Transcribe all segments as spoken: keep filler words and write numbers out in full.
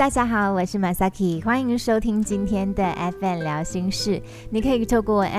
大家好，我是 Masaki， 欢迎收听今天的 F M 聊心事。你可以透过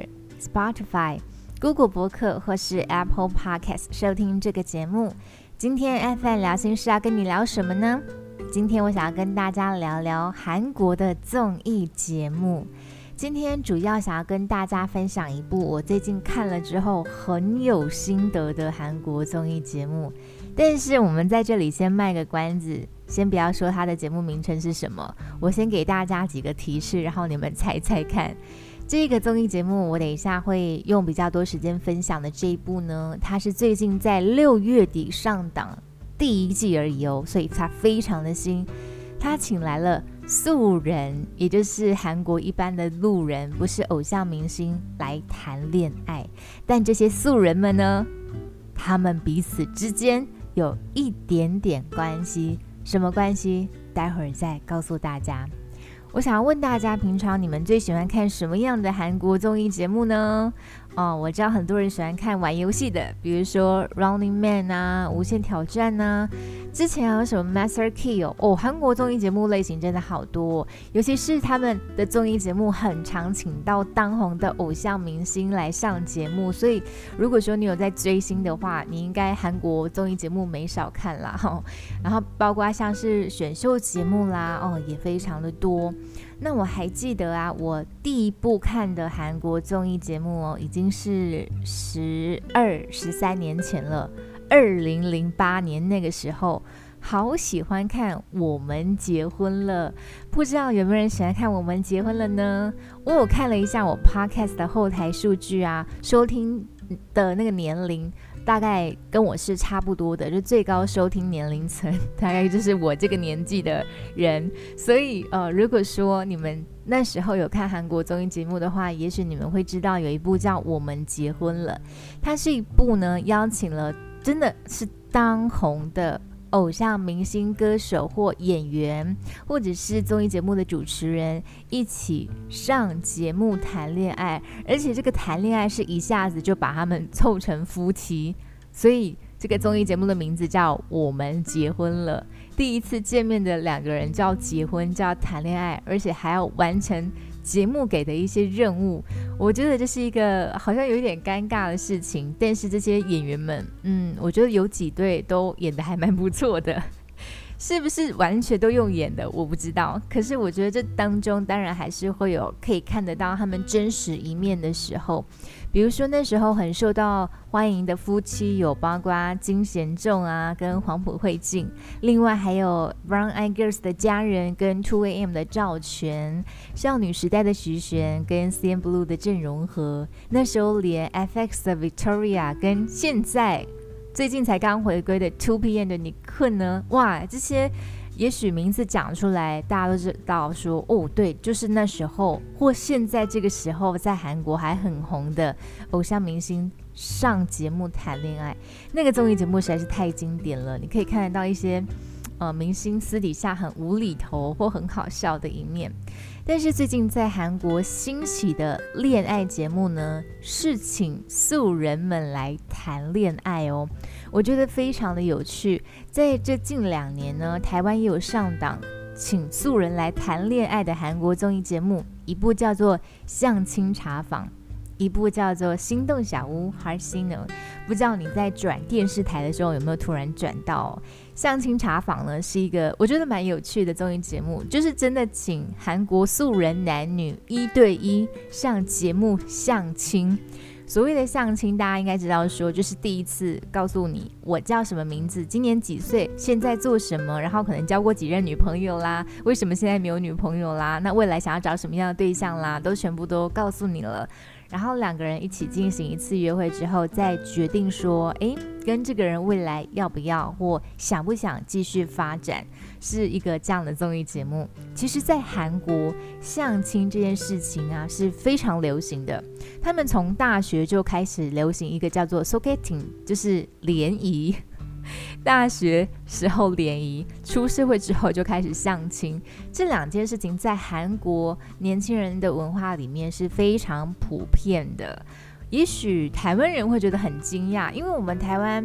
Anchor、Spotify、Google 博客或是 Apple Podcast 收听这个节目。今天 F M 聊心事要跟你聊什么呢？今天我想要跟大家聊聊韩国的综艺节目。今天主要想要跟大家分享一部我最近看了之后很有心得的韩国综艺节目，但是我们在这里先卖个关子，先不要说它的节目名称是什么，我先给大家几个提示，然后你们猜猜看。这个综艺节目我等一下会用比较多时间分享的这一部呢，它是最近在六月底上档第一季而已哦，所以它非常的新。他请来了素人，也就是韩国一般的路人，不是偶像明星来谈恋爱。但这些素人们呢，他们彼此之间有一点点关系，什么关系？待会儿再告诉大家。我想要问大家，平常你们最喜欢看什么样的韩国综艺节目呢？哦，我知道很多人喜欢看玩游戏的，比如说 Running Man 啊、无限挑战啊，之前还有什么 Master Key 哦，哦，韩国综艺节目类型真的好多，尤其是他们的综艺节目很常请到当红的偶像明星来上节目，所以如果说你有在追星的话，你应该韩国综艺节目没少看啦、哦、然后包括像是选秀节目啦，哦，也非常的多。那我还记得啊，我第一部看的韩国综艺节目哦，已经是十二、十三年前了。二零零八年那个时候，好喜欢看《我们结婚了》，不知道有没有人喜欢看《我们结婚了》呢？我有看了一下我 Podcast 的后台数据啊，收听的那个年龄大概跟我是差不多的，就最高收听年龄层大概就是我这个年纪的人，所以呃，如果说你们那时候有看韩国综艺节目的话，也许你们会知道有一部叫《我们结婚了》，它是一部呢邀请了真的是当红的偶像明星、歌手或演员，或者是综艺节目的主持人一起上节目谈恋爱，而且这个谈恋爱是一下子就把他们凑成夫妻，所以这个综艺节目的名字叫《我们结婚了》。第一次见面的两个人叫结婚，叫谈恋爱，而且还要完成节目给的一些任务，我觉得这是一个好像有一点尴尬的事情，但是这些演员们，嗯，我觉得有几对都演得还蛮不错的，是不是完全都用演的我不知道，可是我觉得这当中当然还是会有可以看得到他们真实一面的时候，比如说那时候很受到欢迎的夫妻有包括金贤重啊跟黄埔惠敬，另外还有 Brown Eyed Girls 的家人跟 two A M 的赵权，少女时代的徐玄跟 C N Blue 的郑容和，那时候连 F X 的 Victoria 跟现在最近才刚回归的 two P M 的尼克呢，哇，这些也许名字讲出来大家都知道说，哦对，就是那时候或现在这个时候在韩国还很红的偶像明星上节目谈恋爱，那个综艺节目实在是太经典了，你可以看得到一些呃明星私底下很无厘头或很好笑的一面。但是最近在韩国兴起的恋爱节目呢，是请素人们来谈恋爱哦，我觉得非常的有趣。在这近两年呢，台湾也有上档请素人来谈恋爱的韩国综艺节目，一部叫做《相亲茶坊》，一部叫做《心动小屋 Heart Signal》，不知道你在转电视台的时候有没有突然转到相亲茶坊呢？是一个我觉得蛮有趣的综艺节目，就是真的请韩国素人男女一对一上节目相亲。所谓的相亲大家应该知道说，就是第一次告诉你我叫什么名字，今年几岁，现在做什么，然后可能交过几任女朋友啦，为什么现在没有女朋友啦，那未来想要找什么样的对象啦，都全部都告诉你了，然后两个人一起进行一次约会之后，再决定说，诶，跟这个人未来要不要或想不想继续发展，是一个这样的综艺节目。其实在韩国相亲这件事情啊是非常流行的，他们从大学就开始流行一个叫做 sogeting， 就是联谊，大学时候联谊，出社会之后就开始相亲，这两件事情在韩国年轻人的文化里面是非常普遍的。也许台湾人会觉得很惊讶，因为我们台湾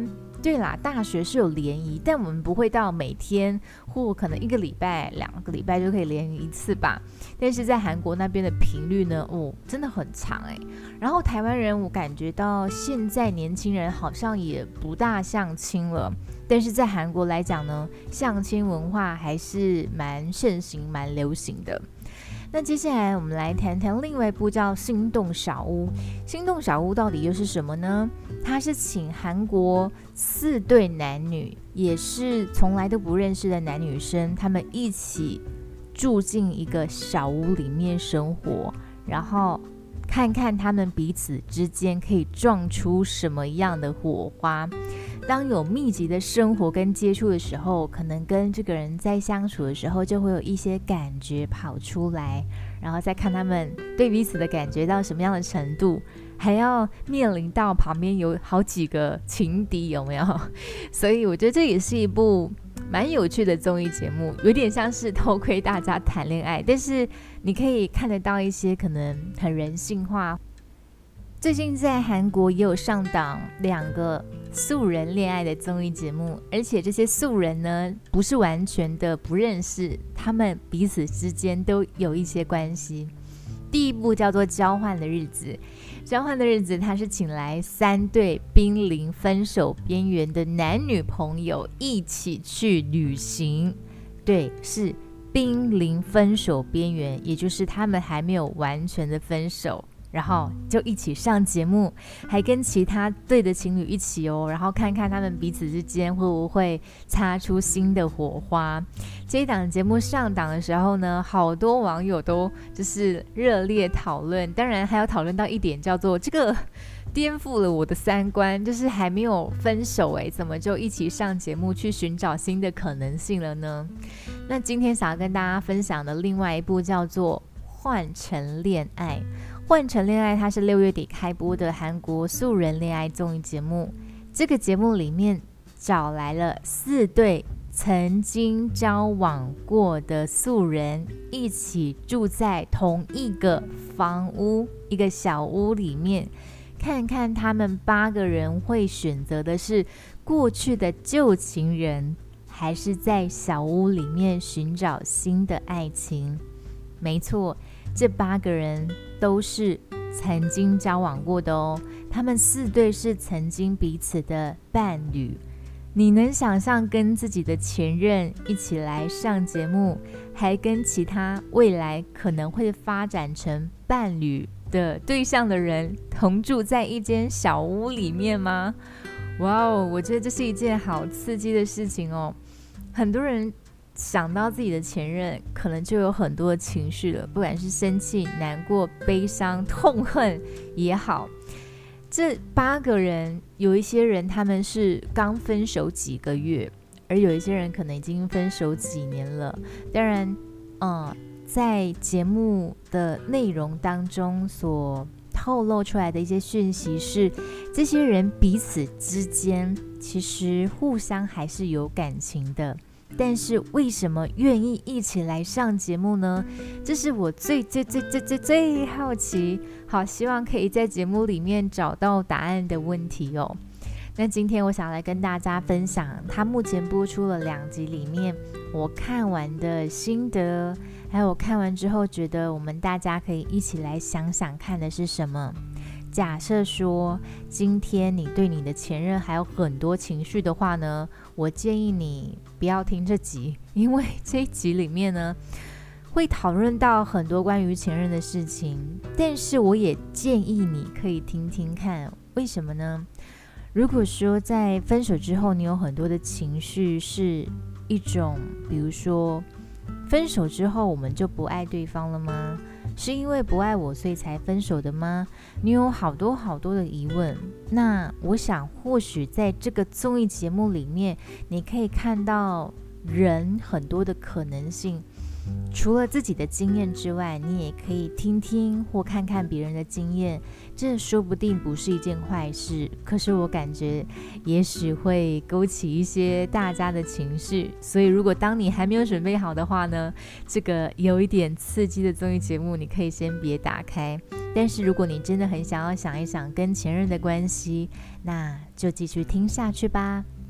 对啦，大学是有联谊，但我们不会到每天或可能一个礼拜、两个礼拜就可以联谊一次吧。但是在韩国那边的频率呢，哦，真的很长哎。然后台湾人，我感觉到现在年轻人好像也不大相亲了，但是在韩国来讲呢，相亲文化还是蛮盛行、蛮流行的。那接下来我们来谈谈另外一部叫《心动小屋》。《心动小屋》到底又是什么呢？它是请韩国四对男女，也是从来都不认识的男女生，他们一起住进一个小屋里面生活，然后看看他们彼此之间可以撞出什么样的火花。当有密集的生活跟接触的时候，可能跟这个人在相处的时候就会有一些感觉跑出来，然后再看他们对彼此的感觉到什么样的程度，还要面临到旁边有好几个情敌，有没有？所以我觉得这也是一部蛮有趣的综艺节目，有点像是偷窥大家谈恋爱，但是你可以看得到一些可能很人性化。最近在韩国也有上档两个素人恋爱的综艺节目，而且这些素人呢不是完全的不认识，他们彼此之间都有一些关系。第一部叫做《交换的日子》，交换的日子它是请来三对濒临分手边缘的男女朋友一起去旅行，对，是濒临分手边缘，也就是他们还没有完全的分手，然后就一起上节目，还跟其他对的情侣一起哦，然后看看他们彼此之间会不会擦出新的火花。这一档节目上档的时候呢，好多网友都就是热烈讨论，当然还有讨论到一点叫做这个颠覆了我的三观，就是还没有分手诶，怎么就一起上节目去寻找新的可能性了呢？那今天想要跟大家分享的另外一部叫做《换乘恋爱》。换乘恋爱它是六月底开播的韩国素人恋爱综艺节目，这个节目里面找来了四对曾经交往过的素人，一起住在同一个房屋，一个小屋里面，看看他们八个人会选择的是过去的旧情人，还是在小屋里面寻找新的爱情。没错，这八个人都是曾经交往过的哦，他们四对是曾经彼此的伴侣。你能想象跟自己的前任一起来上节目，还跟其他未来可能会发展成伴侣的对象的人同住在一间小屋里面吗？哇哦，我觉得这是一件好刺激的事情哦。很多人想到自己的前任，可能就有很多的情绪了，不管是生气、难过、悲伤、痛恨也好。这八个人，有一些人他们是刚分手几个月，而有一些人可能已经分手几年了。当然，嗯，在节目的内容当中所透露出来的一些讯息是，这些人彼此之间其实互相还是有感情的。但是为什么愿意一起来上节目呢？这是我最最最最最最好奇，好希望可以在节目里面找到答案的问题哦。那今天我想来跟大家分享，它目前播出了两集里面我看完的心得，还有看完之后觉得我们大家可以一起来想想看的是什么。假设说今天你对你的前任还有很多情绪的话呢，我建议你不要听这集，因为这一集里面呢会讨论到很多关于前任的事情，但是我也建议你可以听听看，为什么呢？如果说在分手之后你有很多的情绪，是一种比如说分手之后我们就不爱对方了吗？是因为不爱我所以才分手的吗？你有好多好多的疑问。那我想或许在这个综艺节目里面，你可以看到人很多的可能性，除了自己的经验之外，你也可以听听或看看别人的经验，这说不定不是一件坏事。可是我感觉也许会勾起一些大家的情绪，所以如果当你还没有准备好的话呢，这个有一点刺激的综艺节目你可以先别打开。但是如果你真的很想要想一想跟前任的关系，那就继续听下去吧。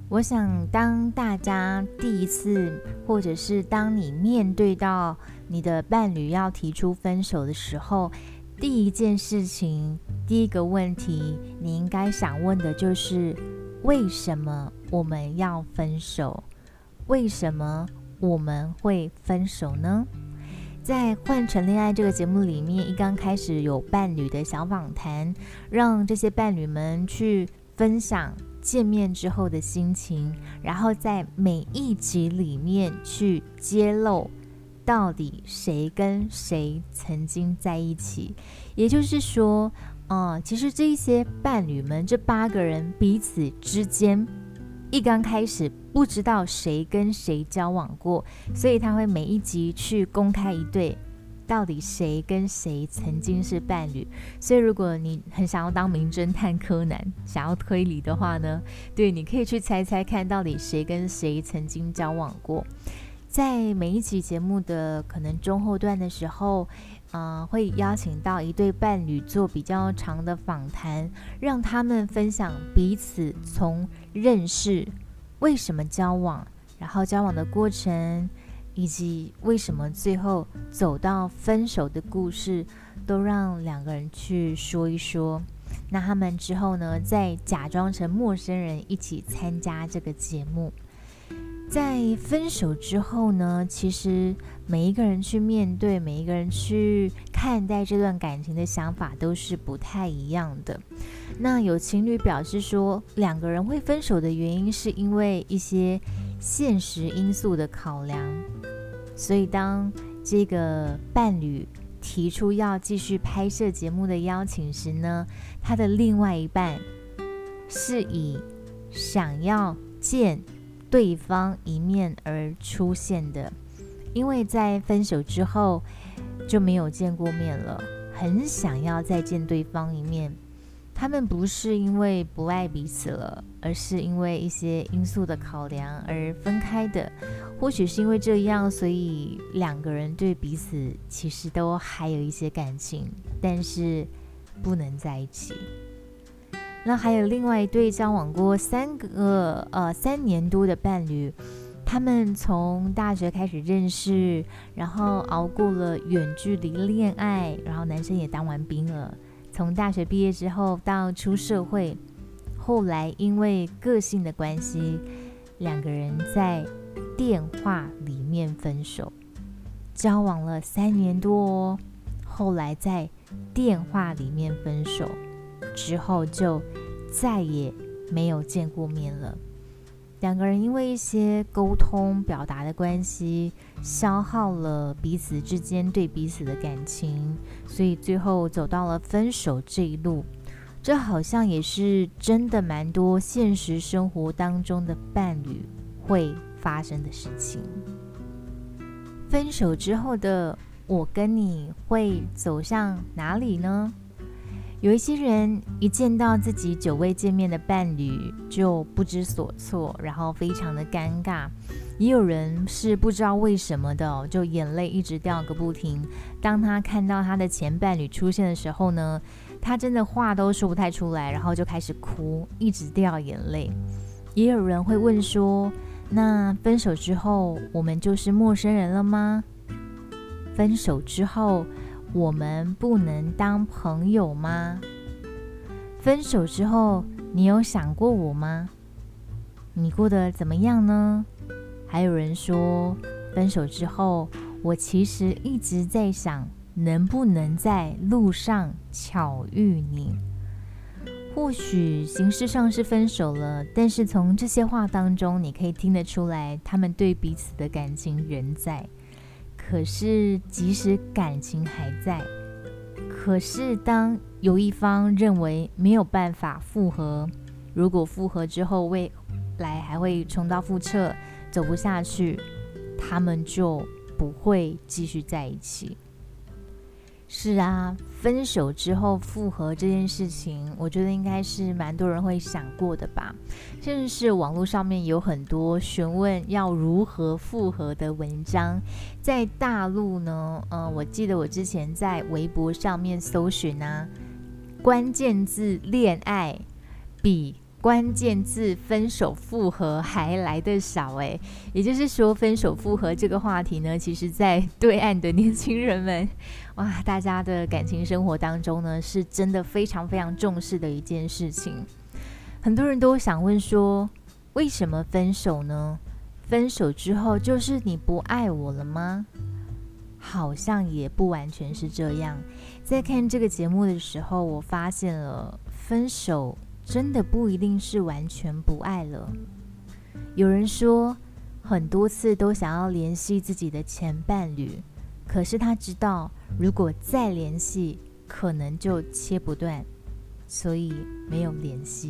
我想当大家第一次，或者是当你面对到你的伴侣要提出分手的时候，第一件事情，第一个问题，你应该想问的就是为什么我们要分手？为什么我们会分手呢？在《换乘恋爱》这个节目里面，一刚开始有伴侣的小访谈，让这些伴侣们去分享见面之后的心情，然后在每一集里面去揭露到底谁跟谁曾经在一起。也就是说，呃，其实这一些伴侣们，这八个人彼此之间一刚开始不知道谁跟谁交往过，所以他会每一集去公开一对到底谁跟谁曾经是伴侣。所以如果你很想要当名侦探柯南，想要推理的话呢，对，你可以去猜猜看到底谁跟谁曾经交往过。在每一期节目的可能中后段的时候，呃，会邀请到一对伴侣做比较长的访谈，让他们分享彼此从认识、为什么交往，然后交往的过程，以及为什么最后走到分手的故事，都让两个人去说一说。那他们之后呢，再假装成陌生人一起参加这个节目。在分手之后呢，其实每一个人去面对，每一个人去看待这段感情的想法都是不太一样的。那有情侣表示说，两个人会分手的原因是因为一些现实因素的考量。所以当这个伴侣提出要继续拍摄节目的邀请时呢，他的另外一半是以想要见对方一面而出现的，因为在分手之后就没有见过面了，很想要再见对方一面。他们不是因为不爱彼此了，而是因为一些因素的考量而分开的。或许是因为这样，所以两个人对彼此其实都还有一些感情，但是不能在一起。那还有另外一对交往过三个呃三年多的伴侣，他们从大学开始认识，然后熬过了远距离恋爱，然后男生也当完兵了。从大学毕业之后到出社会，后来因为个性的关系，两个人在电话里面分手，交往了三年多哦，后来在电话里面分手之后就再也没有见过面了。两个人因为一些沟通表达的关系，消耗了彼此之间对彼此的感情，所以最后走到了分手这一路。这好像也是真的蛮多现实生活当中的伴侣会发生的事情。分手之后的我跟你会走向哪里呢？有一些人一见到自己久未见面的伴侣就不知所措，然后非常的尴尬。也有人是不知道为什么的、哦、就眼泪一直掉个不停。当他看到他的前伴侣出现的时候呢，他真的话都说不太出来，然后就开始哭，一直掉眼泪。也有人会问说，那分手之后我们就是陌生人了吗？分手之后我们不能当朋友吗？分手之后你有想过我吗？你过得怎么样呢？还有人说，分手之后我其实一直在想能不能在路上巧遇你。或许形式上是分手了，但是从这些话当中你可以听得出来，他们对彼此的感情仍在。可是即使感情还在，可是当有一方认为没有办法复合，如果复合之后未来还会重蹈覆辙，走不下去，他们就不会继续在一起。是啊，分手之后复合这件事情，我觉得应该是蛮多人会想过的吧。甚至是网络上面有很多询问要如何复合的文章。在大陆呢，呃，我记得我之前在微博上面搜寻啊，关键字恋爱比关键字分手复合还来得少诶，也就是说分手复合这个话题呢，其实在对岸的年轻人们，哇，大家的感情生活当中呢，是真的非常非常重视的一件事情。很多人都想问说，为什么分手呢？分手之后就是你不爱我了吗？好像也不完全是这样。在看这个节目的时候，我发现了分手真的不一定是完全不爱了。有人说很多次都想要联系自己的前伴侣，可是他知道如果再联系可能就切不断，所以没有联系。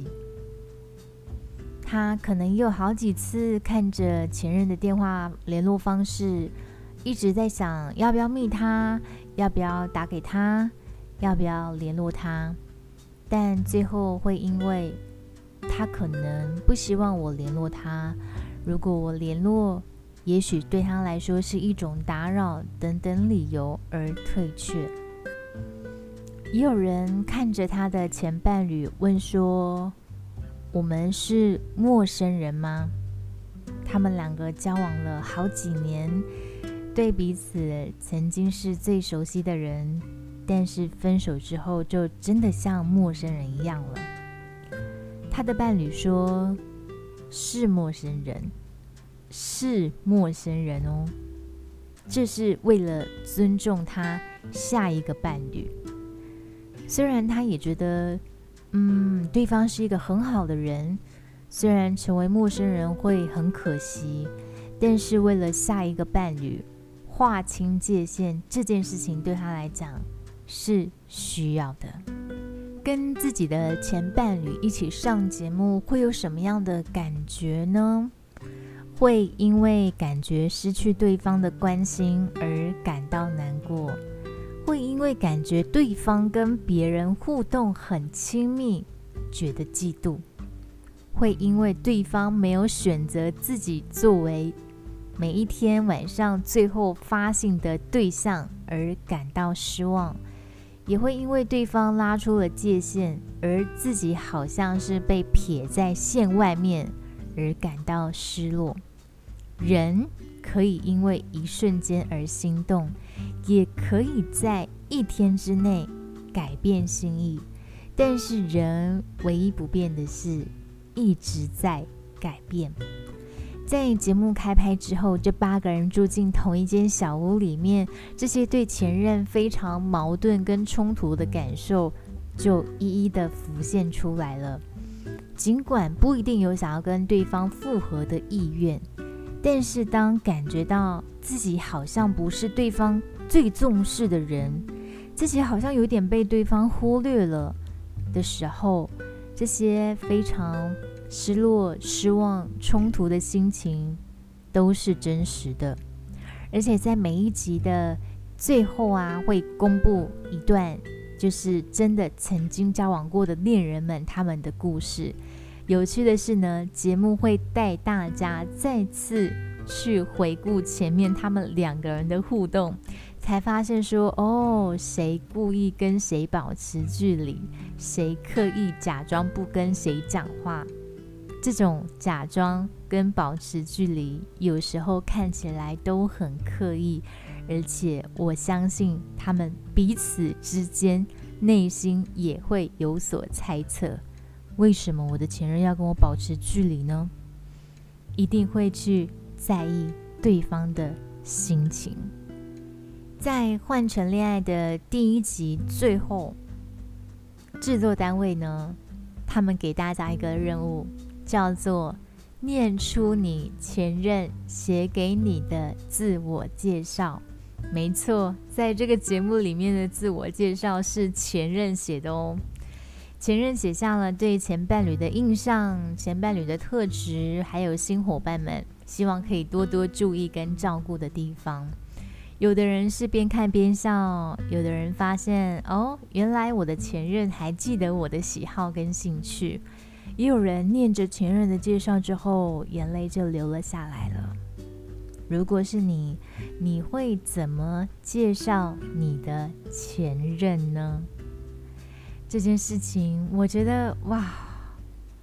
他可能有好几次看着前任的电话联络方式，一直在想要不要密他，要不要打给他，要不要联络他，但最后会因为他可能不希望我联络他，如果我联络也许对他来说是一种打扰等等理由而退却。也有人看着他的前伴侣问说，我们是陌生人吗？他们两个交往了好几年，对彼此曾经是最熟悉的人，但是分手之后就真的像陌生人一样了。他的伴侣说，是陌生人，是陌生人哦，这是为了尊重他下一个伴侣。虽然他也觉得嗯，对方是一个很好的人，虽然成为陌生人会很可惜，但是为了下一个伴侣划清界限，这件事情对他来讲是需要的。跟自己的前伴侣一起上节目会有什么样的感觉呢？会因为感觉失去对方的关心而感到难过，会因为感觉对方跟别人互动很亲密觉得嫉妒，会因为对方没有选择自己作为每一天晚上最后发信的对象而感到失望，也会因为对方拉出了界限而自己好像是被撇在线外面而感到失落。人可以因为一瞬间而心动，也可以在一天之内改变心意，但是人唯一不变的是一直在改变。在节目开拍之后，这八个人住进同一间小屋里面，这些对前任非常矛盾跟冲突的感受就一一的浮现出来了。尽管不一定有想要跟对方复合的意愿，但是当感觉到自己好像不是对方最重视的人，自己好像有点被对方忽略了的时候，这些非常失落、失望、冲突的心情都是真实的。而且在每一集的最后啊，会公布一段就是真的曾经交往过的恋人们他们的故事。有趣的是呢，节目会带大家再次去回顾前面他们两个人的互动，才发现说，哦，谁故意跟谁保持距离，谁刻意假装不跟谁讲话。这种假装跟保持距离，有时候看起来都很刻意，而且我相信他们彼此之间内心也会有所猜测。为什么我的前任要跟我保持距离呢？一定会去在意对方的心情。在《换乘恋爱》的第一集最后，制作单位呢，他们给大家一个任务，叫做念出你前任写给你的自我介绍。没错，在这个节目里面的自我介绍是前任写的哦。前任写下了对前伴侣的印象、前伴侣的特质，还有新伙伴们希望可以多多注意跟照顾的地方。有的人是边看边笑，有的人发现哦，原来我的前任还记得我的喜好跟兴趣，也有人念着前任的介绍之后，眼泪就流了下来了。如果是你，你会怎么介绍你的前任呢？这件事情我觉得哇，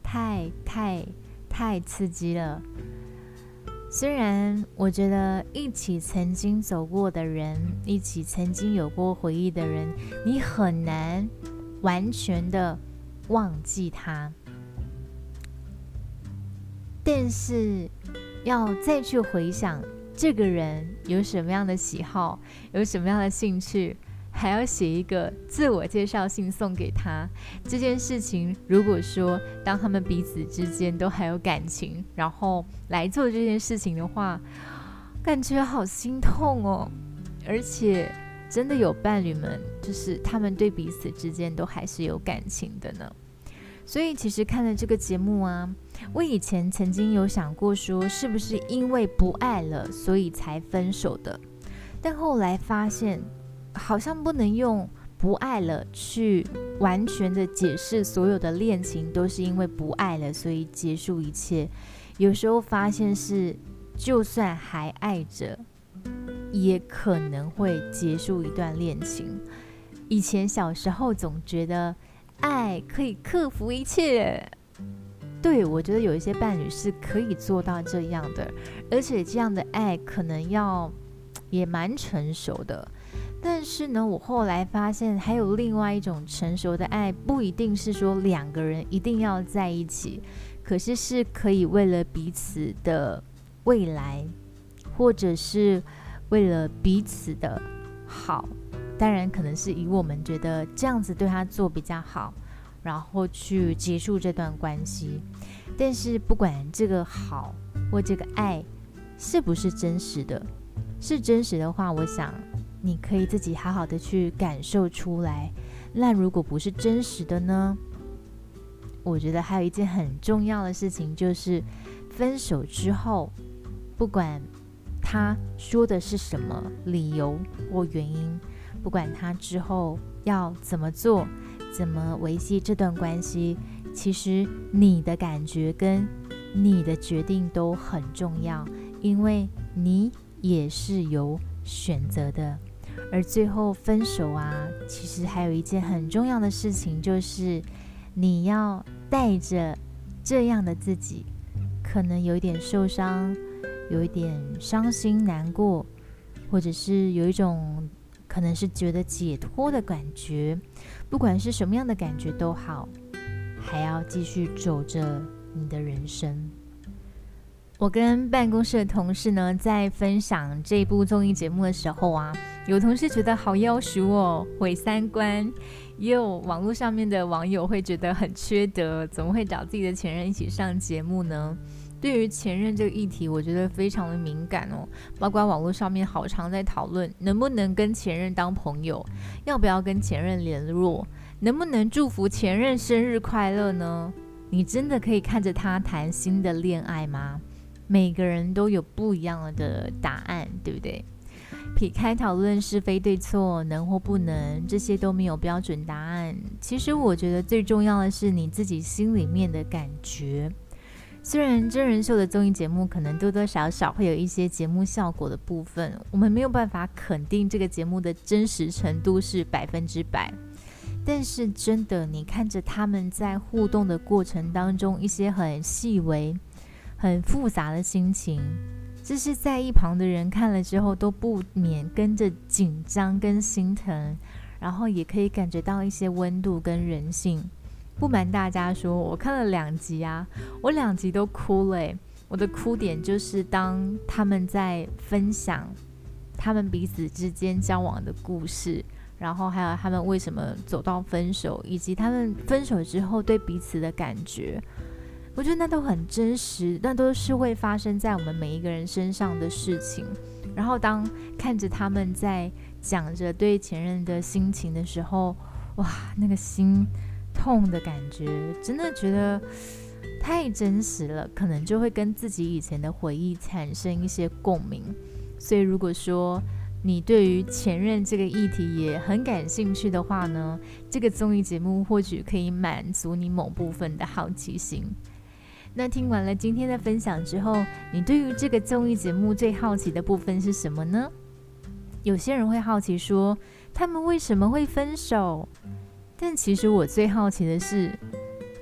太太太刺激了。虽然我觉得一起曾经走过的人，一起曾经有过回忆的人，你很难完全的忘记他，但是要再去回想这个人有什么样的喜好，有什么样的兴趣，还要写一个自我介绍信送给他，这件事情如果说当他们彼此之间都还有感情，然后来做这件事情的话，感觉好心痛哦。而且真的有伴侣们，就是他们对彼此之间都还是有感情的呢。所以其实看了这个节目啊，我以前曾经有想过说，是不是因为不爱了所以才分手的，但后来发现好像不能用不爱了去完全的解释所有的恋情都是因为不爱了所以结束一切。有时候发现是就算还爱着，也可能会结束一段恋情。以前小时候总觉得爱可以克服一切，对，我觉得有一些伴侣是可以做到这样的，而且这样的爱可能要也蛮成熟的。但是呢，我后来发现还有另外一种成熟的爱，不一定是说两个人一定要在一起，可是是可以为了彼此的未来，或者是为了彼此的好，当然可能是以我们觉得这样子对他做比较好，然后去结束这段关系。但是不管这个好或这个爱是不是真实的，是真实的话，我想你可以自己好好的去感受出来。那如果不是真实的呢？我觉得还有一件很重要的事情，就是分手之后，不管他说的是什么理由或原因，不管他之后要怎么做，怎么维系这段关系，其实你的感觉跟你的决定都很重要，因为你也是有选择的。而最后分手啊，其实还有一件很重要的事情，就是你要带着这样的自己，可能有一点受伤，有一点伤心难过，或者是有一种可能是觉得解脱的感觉，不管是什么样的感觉都好，还要继续走着你的人生。我跟办公室的同事呢，在分享这部综艺节目的时候啊，有同事觉得好夭寿哦，毁三观，也有网络上面的网友会觉得很缺德，怎么会找自己的前任一起上节目呢？对于前任这个议题，我觉得非常的敏感哦，包括网络上面好常在讨论能不能跟前任当朋友，要不要跟前任联络，能不能祝福前任生日快乐呢？你真的可以看着他谈新的恋爱吗？每个人都有不一样的答案，对不对？撇开讨论是非对错，能或不能，这些都没有标准答案。其实我觉得最重要的是你自己心里面的感觉。虽然真人秀的综艺节目可能多多少少会有一些节目效果的部分，我们没有办法肯定这个节目的真实程度是百分之百，但是真的你看着他们在互动的过程当中一些很细微很复杂的心情，这是在一旁的人看了之后都不免跟着紧张跟心疼，然后也可以感觉到一些温度跟人性。不瞒大家说，我看了两集啊，我两集都哭了耶。我的哭点就是当他们在分享他们彼此之间交往的故事，然后还有他们为什么走到分手，以及他们分手之后对彼此的感觉，我觉得那都很真实，那都是会发生在我们每一个人身上的事情。然后当看着他们在讲着对前任的心情的时候，哇，那个心痛的感觉真的觉得太真实了，可能就会跟自己以前的回忆产生一些共鸣。所以如果说你对于前任这个议题也很感兴趣的话呢，这个综艺节目或许可以满足你某部分的好奇心。那听完了今天的分享之后，你对于这个综艺节目最好奇的部分是什么呢？有些人会好奇说，他们为什么会分手？但其实我最好奇的是，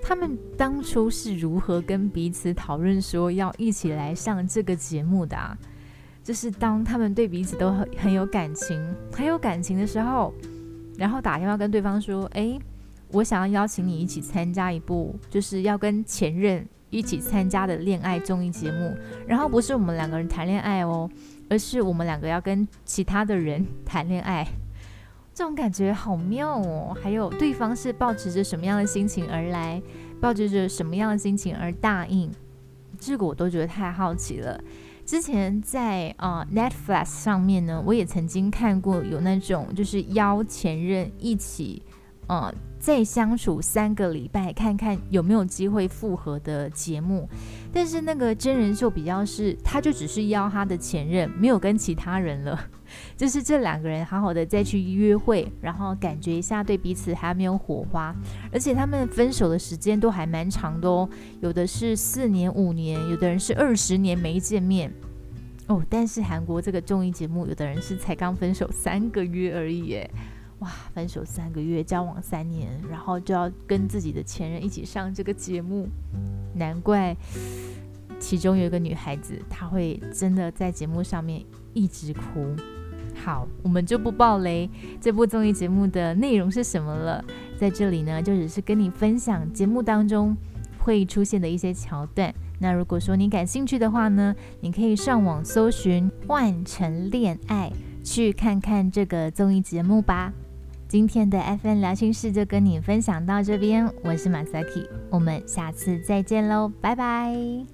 他们当初是如何跟彼此讨论说要一起来上这个节目的啊？就是当他们对彼此都很很有感情很有感情的时候，然后打电话跟对方说，哎，我想要邀请你一起参加一部就是要跟前任一起参加的恋爱综艺节目，然后不是我们两个人谈恋爱哦，而是我们两个要跟其他的人谈恋爱。这种感觉好妙哦。还有对方是抱持着什么样的心情而来，抱持着什么样的心情而答应，这个我都觉得太好奇了。之前在、呃、Netflix 上面呢，我也曾经看过有那种就是邀前任一起呃再相处三个礼拜，看看有没有机会复合的节目。但是那个真人秀比较是，他就只是邀他的前任，没有跟其他人了，就是这两个人好好的再去约会，然后感觉一下对彼此还没有火花，而且他们分手的时间都还蛮长的哦，有的是四年五年，有的人是二十年没见面哦。但是韩国这个综艺节目，有的人是才刚分手三个月而已耶。哇，分手三个月，交往三年，然后就要跟自己的前任一起上这个节目，难怪其中有一个女孩子，她会真的在节目上面一直哭。好，我们就不爆雷这部综艺节目的内容是什么了，在这里呢，就只是跟你分享节目当中会出现的一些桥段。那如果说你感兴趣的话呢，你可以上网搜寻《换乘恋爱》，去看看这个综艺节目吧。今天的 F M 聊心事就跟你分享到这边，我是马萨 K， 我们下次再见喽，拜拜。